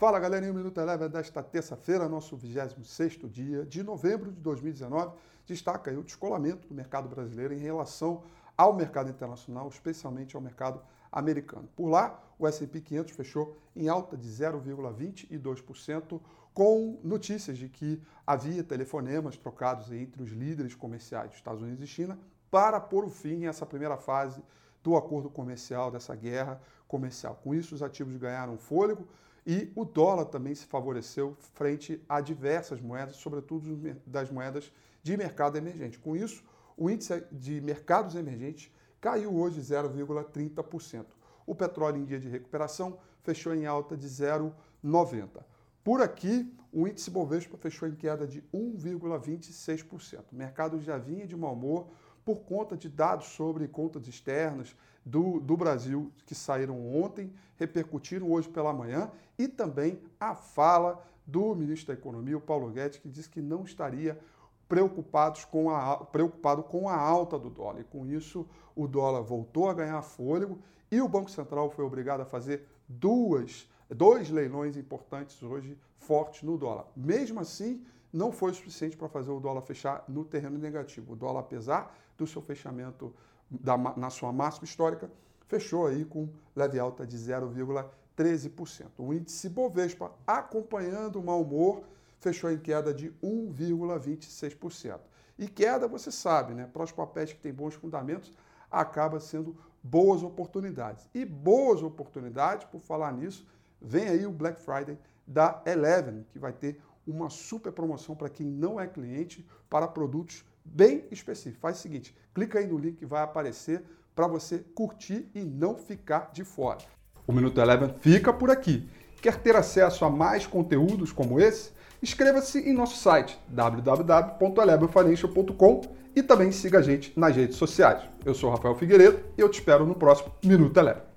Fala galerinha, o Minuto Eleven desta terça-feira, nosso 26º dia de novembro de 2019, destaca aí o descolamento do mercado brasileiro em relação ao mercado internacional, especialmente ao mercado americano. Por lá, o S&P 500 fechou em alta de 0,22%, com notícias de que havia telefonemas trocados entre os líderes comerciais dos Estados Unidos e China para pôr o fim a essa primeira fase do acordo comercial, dessa guerra comercial. Com isso, os ativos ganharam fôlego e o dólar também se favoreceu frente a diversas moedas, sobretudo das moedas de mercado emergente. Com isso, o índice de mercados emergentes caiu hoje 0,30%. O petróleo em dia de recuperação fechou em alta de 0,90%. Por aqui, o índice Bovespa fechou em queda de 1,26%. O mercado já vinha de mau humor por conta de dados sobre contas externas do Brasil que saíram ontem, repercutiram hoje pela manhã, e também a fala do ministro da Economia, o Paulo Guedes, que disse que não estaria preocupado com a alta do dólar. E com isso, o dólar voltou a ganhar fôlego e o Banco Central foi obrigado a fazer dois leilões importantes hoje, fortes no dólar. Mesmo assim, não foi suficiente para fazer o dólar fechar no terreno negativo. O dólar, apesar do seu fechamento na sua máxima histórica, fechou aí com leve alta de 0,13%. O índice Bovespa, acompanhando o mau humor, fechou em queda de 1,26%. E queda, você sabe, né? Para os papéis que têm bons fundamentos, acaba sendo boas oportunidades. E boas oportunidades, por falar nisso, vem aí o Black Friday da Eleven, que vai ter uma super promoção para quem não é cliente, para produtos bem específicos. Faz o seguinte, clica aí no link que vai aparecer para você curtir e não ficar de fora. O Minuto Eleven fica por aqui. Quer ter acesso a mais conteúdos como esse? Inscreva-se em nosso site www.elevenfinancial.com e também siga a gente nas redes sociais. Eu sou Rafael Figueiredo e eu te espero no próximo Minuto Eleven.